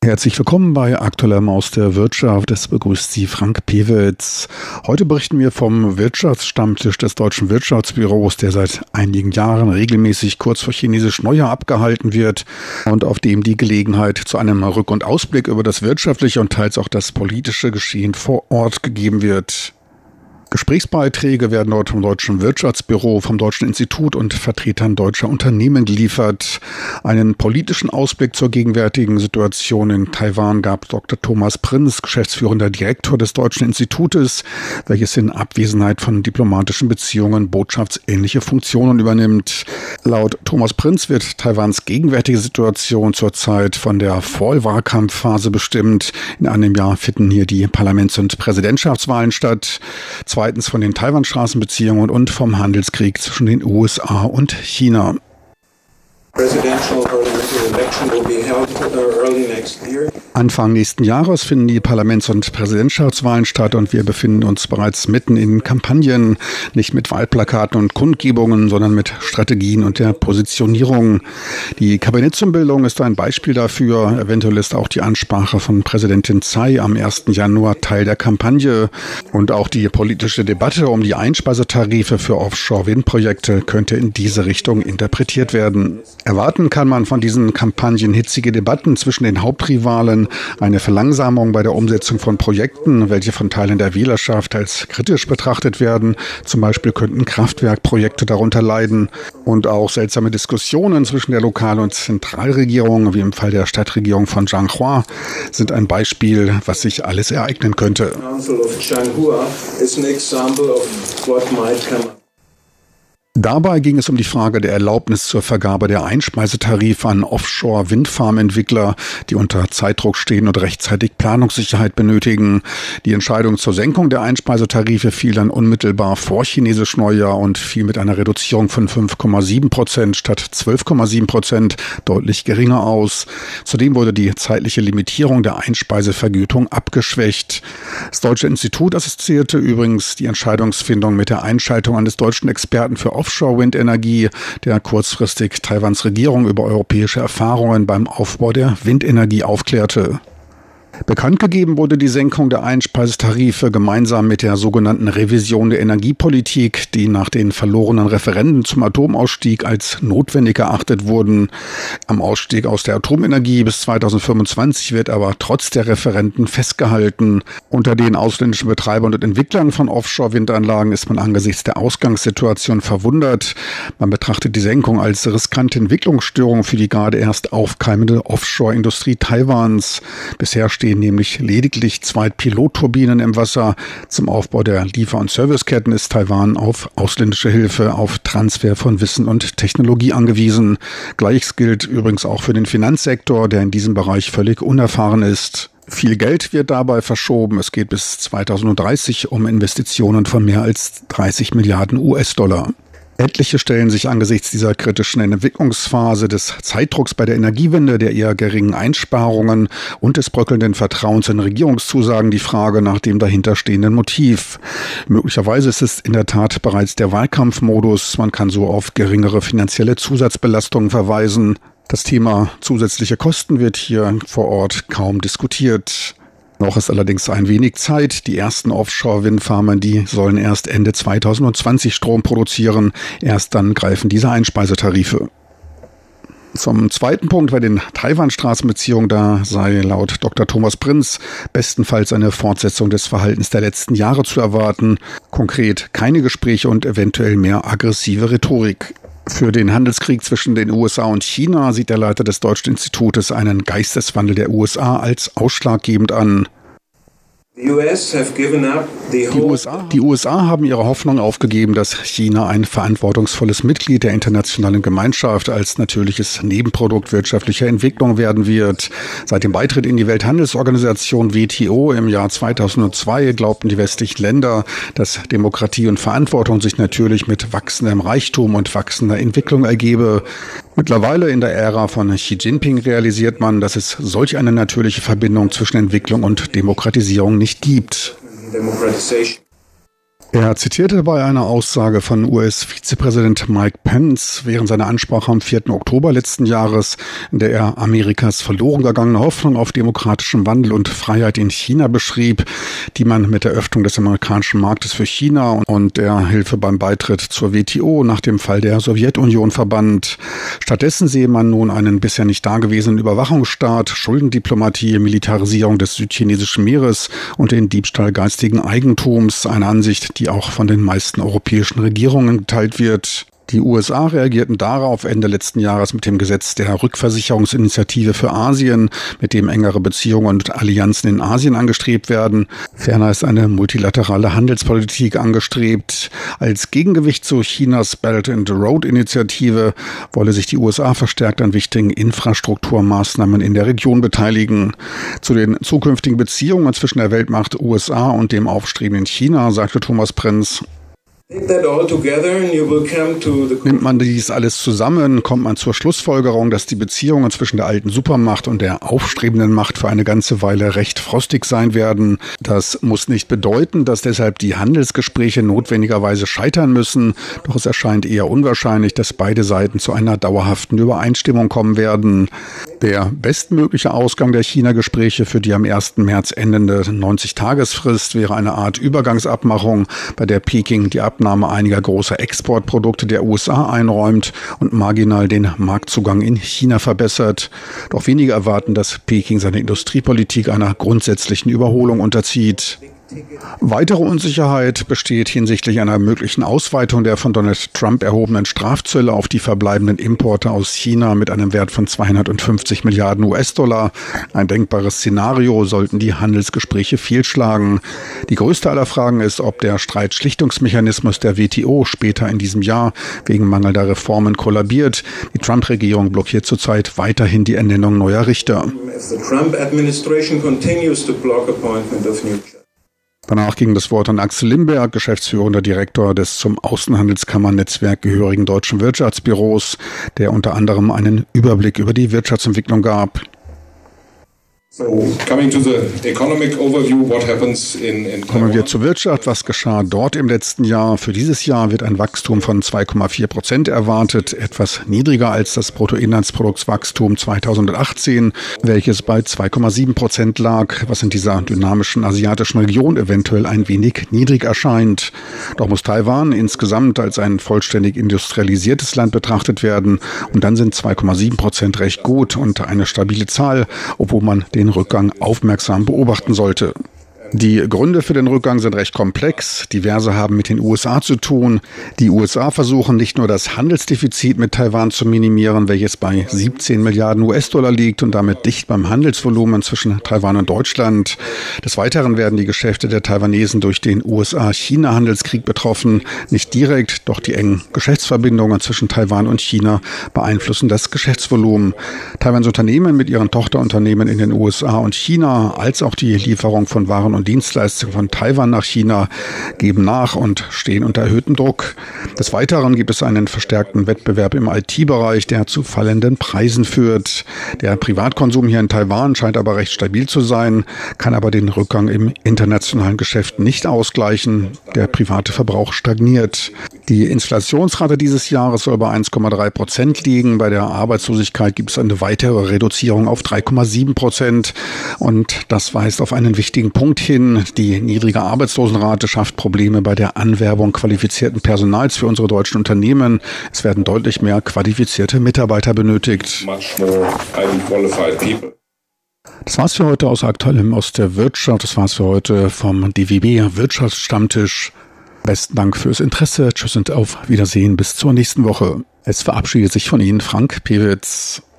Herzlich willkommen bei Aktueller Maus der Wirtschaft. Es begrüßt Sie Frank Pewitz. Heute berichten wir vom Wirtschaftsstammtisch des Deutschen Wirtschaftsbüros, der seit einigen Jahren regelmäßig kurz vor chinesisch Neujahr abgehalten wird und auf dem die Gelegenheit zu einem Rück- und Ausblick über das wirtschaftliche und teils auch das politische Geschehen vor Ort gegeben wird. Gesprächsbeiträge werden dort vom Deutschen Wirtschaftsbüro, vom Deutschen Institut und Vertretern deutscher Unternehmen geliefert. Einen politischen Ausblick zur gegenwärtigen Situation in Taiwan gab Dr. Thomas Prinz, geschäftsführender Direktor des Deutschen Institutes, welches in Abwesenheit von diplomatischen Beziehungen botschaftsähnliche Funktionen übernimmt. Laut Thomas Prinz wird Taiwans gegenwärtige Situation zurzeit von der Vorwahlkampfphase bestimmt. In einem Jahr finden hier die Parlaments- und Präsidentschaftswahlen statt. Zweitens von den Taiwan-Straßenbeziehungen und vom Handelskrieg zwischen den USA und China. Anfang nächsten Jahres finden die Parlaments- und Präsidentschaftswahlen statt und wir befinden uns bereits mitten in Kampagnen, nicht mit Wahlplakaten und Kundgebungen, sondern mit Strategien und der Positionierung. Die Kabinettsumbildung ist ein Beispiel dafür. Eventuell ist auch die Ansprache von Präsidentin Tsai am 1. Januar Teil der Kampagne. Und auch die politische Debatte um die Einspeisetarife für Offshore-Windprojekte könnte in diese Richtung interpretiert werden. Erwarten kann man von diesen Kampagnen hitzige Debatten zwischen den Hauptrivalen, eine Verlangsamung bei der Umsetzung von Projekten, welche von Teilen der Wählerschaft als kritisch betrachtet werden. Zum Beispiel könnten Kraftwerkprojekte darunter leiden. Und auch seltsame Diskussionen zwischen der Lokal- und Zentralregierung, wie im Fall der Stadtregierung von Changhua, sind ein Beispiel, was sich alles ereignen könnte. Dabei ging es um die Frage der Erlaubnis zur Vergabe der Einspeisetarife an Offshore-Windfarmentwickler, die unter Zeitdruck stehen und rechtzeitig Planungssicherheit benötigen. Die Entscheidung zur Senkung der Einspeisetarife fiel dann unmittelbar vor chinesisch Neujahr und fiel mit einer Reduzierung von 5,7% statt 12,7% deutlich geringer aus. Zudem wurde die zeitliche Limitierung der Einspeisevergütung abgeschwächt. Das Deutsche Institut assoziierte übrigens die Entscheidungsfindung mit der Einschaltung eines deutschen Experten für Offshore-Windenergie, der kurzfristig Taiwans Regierung über europäische Erfahrungen beim Aufbau der Windenergie aufklärte. Bekannt gegeben wurde die Senkung der Einspeisetarife gemeinsam mit der sogenannten Revision der Energiepolitik, die nach den verlorenen Referenden zum Atomausstieg als notwendig erachtet wurden. Am Ausstieg aus der Atomenergie bis 2025 wird aber trotz der Referenden festgehalten. Unter den ausländischen Betreibern und Entwicklern von Offshore-Windanlagen ist man angesichts der Ausgangssituation verwundert. Man betrachtet die Senkung als riskante Entwicklungsstörung für die gerade erst aufkeimende Offshore-Industrie Taiwans. Bisher stehen nämlich lediglich 2 Pilotturbinen im Wasser. Zum Aufbau der Liefer- und Serviceketten ist Taiwan auf ausländische Hilfe, auf Transfer von Wissen und Technologie angewiesen. Gleiches gilt übrigens auch für den Finanzsektor, der in diesem Bereich völlig unerfahren ist. Viel Geld wird dabei verschoben. Es geht bis 2030 um Investitionen von mehr als 30 Milliarden US-Dollar. Etliche stellen sich angesichts dieser kritischen Entwicklungsphase des Zeitdrucks bei der Energiewende, der eher geringen Einsparungen und des bröckelnden Vertrauens in Regierungszusagen die Frage nach dem dahinterstehenden Motiv. Möglicherweise ist es in der Tat bereits der Wahlkampfmodus. Man kann so auf geringere finanzielle Zusatzbelastungen verweisen. Das Thema zusätzliche Kosten wird hier vor Ort kaum diskutiert. Noch ist allerdings ein wenig Zeit. Die ersten Offshore-Windfarmen, die sollen erst Ende 2020 Strom produzieren. Erst dann greifen diese Einspeisetarife. Zum zweiten Punkt bei den Taiwan-Straßenbeziehungen, da sei laut Dr. Thomas Prinz bestenfalls eine Fortsetzung des Verhaltens der letzten Jahre zu erwarten. Konkret keine Gespräche und eventuell mehr aggressive Rhetorik. Für den Handelskrieg zwischen den USA und China sieht der Leiter des Deutschen Institutes einen Geisteswandel der USA als ausschlaggebend an. Die USA haben ihre Hoffnung aufgegeben, dass China ein verantwortungsvolles Mitglied der internationalen Gemeinschaft als natürliches Nebenprodukt wirtschaftlicher Entwicklung werden wird. Seit dem Beitritt in die Welthandelsorganisation WTO im Jahr 2002 glaubten die westlichen Länder, dass Demokratie und Verantwortung sich natürlich mit wachsendem Reichtum und wachsender Entwicklung ergebe. Mittlerweile in der Ära von Xi Jinping realisiert man, dass es solch eine natürliche Verbindung zwischen Entwicklung und Demokratisierung nicht gibt. Er zitierte dabei eine Aussage von US-Vizepräsident Mike Pence während seiner Ansprache am 4. Oktober letzten Jahres, in der er Amerikas verloren gegangene Hoffnung auf demokratischen Wandel und Freiheit in China beschrieb, die man mit der Öffnung des amerikanischen Marktes für China und der Hilfe beim Beitritt zur WTO nach dem Fall der Sowjetunion verband. Stattdessen sehe man nun einen bisher nicht dagewesenen Überwachungsstaat, Schuldendiplomatie, Militarisierung des südchinesischen Meeres und den Diebstahl geistigen Eigentums, eine Ansicht, die auch von den meisten europäischen Regierungen geteilt wird. Die USA reagierten darauf Ende letzten Jahres mit dem Gesetz der Rückversicherungsinitiative für Asien, mit dem engere Beziehungen und Allianzen in Asien angestrebt werden. Ferner ist eine multilaterale Handelspolitik angestrebt. Als Gegengewicht zu Chinas Belt and Road Initiative wolle sich die USA verstärkt an wichtigen Infrastrukturmaßnahmen in der Region beteiligen. Zu den zukünftigen Beziehungen zwischen der Weltmacht USA und dem aufstrebenden China sagte Thomas Prinz: Nimmt man dies alles zusammen, kommt man zur Schlussfolgerung, dass die Beziehungen zwischen der alten Supermacht und der aufstrebenden Macht für eine ganze Weile recht frostig sein werden. Das muss nicht bedeuten, dass deshalb die Handelsgespräche notwendigerweise scheitern müssen, doch es erscheint eher unwahrscheinlich, dass beide Seiten zu einer dauerhaften Übereinstimmung kommen werden. Der bestmögliche Ausgang der China-Gespräche für die am 1. März endende 90-Tagesfrist wäre eine Art Übergangsabmachung, bei der Peking die Abnahme einiger großer Exportprodukte der USA einräumt und marginal den Marktzugang in China verbessert. Doch wenige erwarten, dass Peking seine Industriepolitik einer grundsätzlichen Überholung unterzieht. Weitere Unsicherheit besteht hinsichtlich einer möglichen Ausweitung der von Donald Trump erhobenen Strafzölle auf die verbleibenden Importe aus China mit einem Wert von 250 Milliarden US-Dollar. Ein denkbares Szenario, sollten die Handelsgespräche fehlschlagen. Die größte aller Fragen ist, ob der Streitschlichtungsmechanismus der WTO später in diesem Jahr wegen mangelnder Reformen kollabiert. Die Trump-Regierung blockiert zurzeit weiterhin die Ernennung neuer Richter. Danach ging das Wort an Axel Limberg, geschäftsführender Direktor des zum Außenhandelskammernetzwerk gehörigen Deutschen Wirtschaftsbüros, der unter anderem einen Überblick über die Wirtschaftsentwicklung gab. Kommen wir zur Wirtschaft. Was geschah dort im letzten Jahr? Für dieses Jahr wird ein Wachstum von 2,4% erwartet, etwas niedriger als das Bruttoinlandsproduktswachstum 2018, welches bei 2,7% lag, was in dieser dynamischen asiatischen Region eventuell ein wenig niedrig erscheint. Doch muss Taiwan insgesamt als ein vollständig industrialisiertes Land betrachtet werden und dann sind 2,7% recht gut und eine stabile Zahl, obwohl man den Rückgang aufmerksam beobachten sollte. Die Gründe für den Rückgang sind recht komplex. Diverse haben mit den USA zu tun. Die USA versuchen nicht nur das Handelsdefizit mit Taiwan zu minimieren, welches bei 17 Milliarden US-Dollar liegt und damit dicht beim Handelsvolumen zwischen Taiwan und Deutschland. Des Weiteren werden die Geschäfte der Taiwanesen durch den USA-China-Handelskrieg betroffen. Nicht direkt, doch die engen Geschäftsverbindungen zwischen Taiwan und China beeinflussen das Geschäftsvolumen. Taiwans Unternehmen mit ihren Tochterunternehmen in den USA und China, als auch die Lieferung von Waren und Dienstleistungen von Taiwan nach China geben nach und stehen unter erhöhtem Druck. Des Weiteren gibt es einen verstärkten Wettbewerb im IT-Bereich, der zu fallenden Preisen führt. Der Privatkonsum hier in Taiwan scheint aber recht stabil zu sein, kann aber den Rückgang im internationalen Geschäft nicht ausgleichen. Der private Verbrauch stagniert. Die Inflationsrate dieses Jahres soll bei 1,3% liegen. Bei der Arbeitslosigkeit gibt es eine weitere Reduzierung auf 3,7%. Und das weist auf einen wichtigen Punkt hin. Die niedrige Arbeitslosenrate schafft Probleme bei der Anwerbung qualifizierten Personals für unsere deutschen Unternehmen. Es werden deutlich mehr qualifizierte Mitarbeiter benötigt. Das war's für heute aus Aktuellem aus der Wirtschaft. Das war's für heute vom DWB Wirtschaftsstammtisch. Besten Dank fürs Interesse. Tschüss und auf Wiedersehen bis zur nächsten Woche. Es verabschiedet sich von Ihnen Frank Pewitz.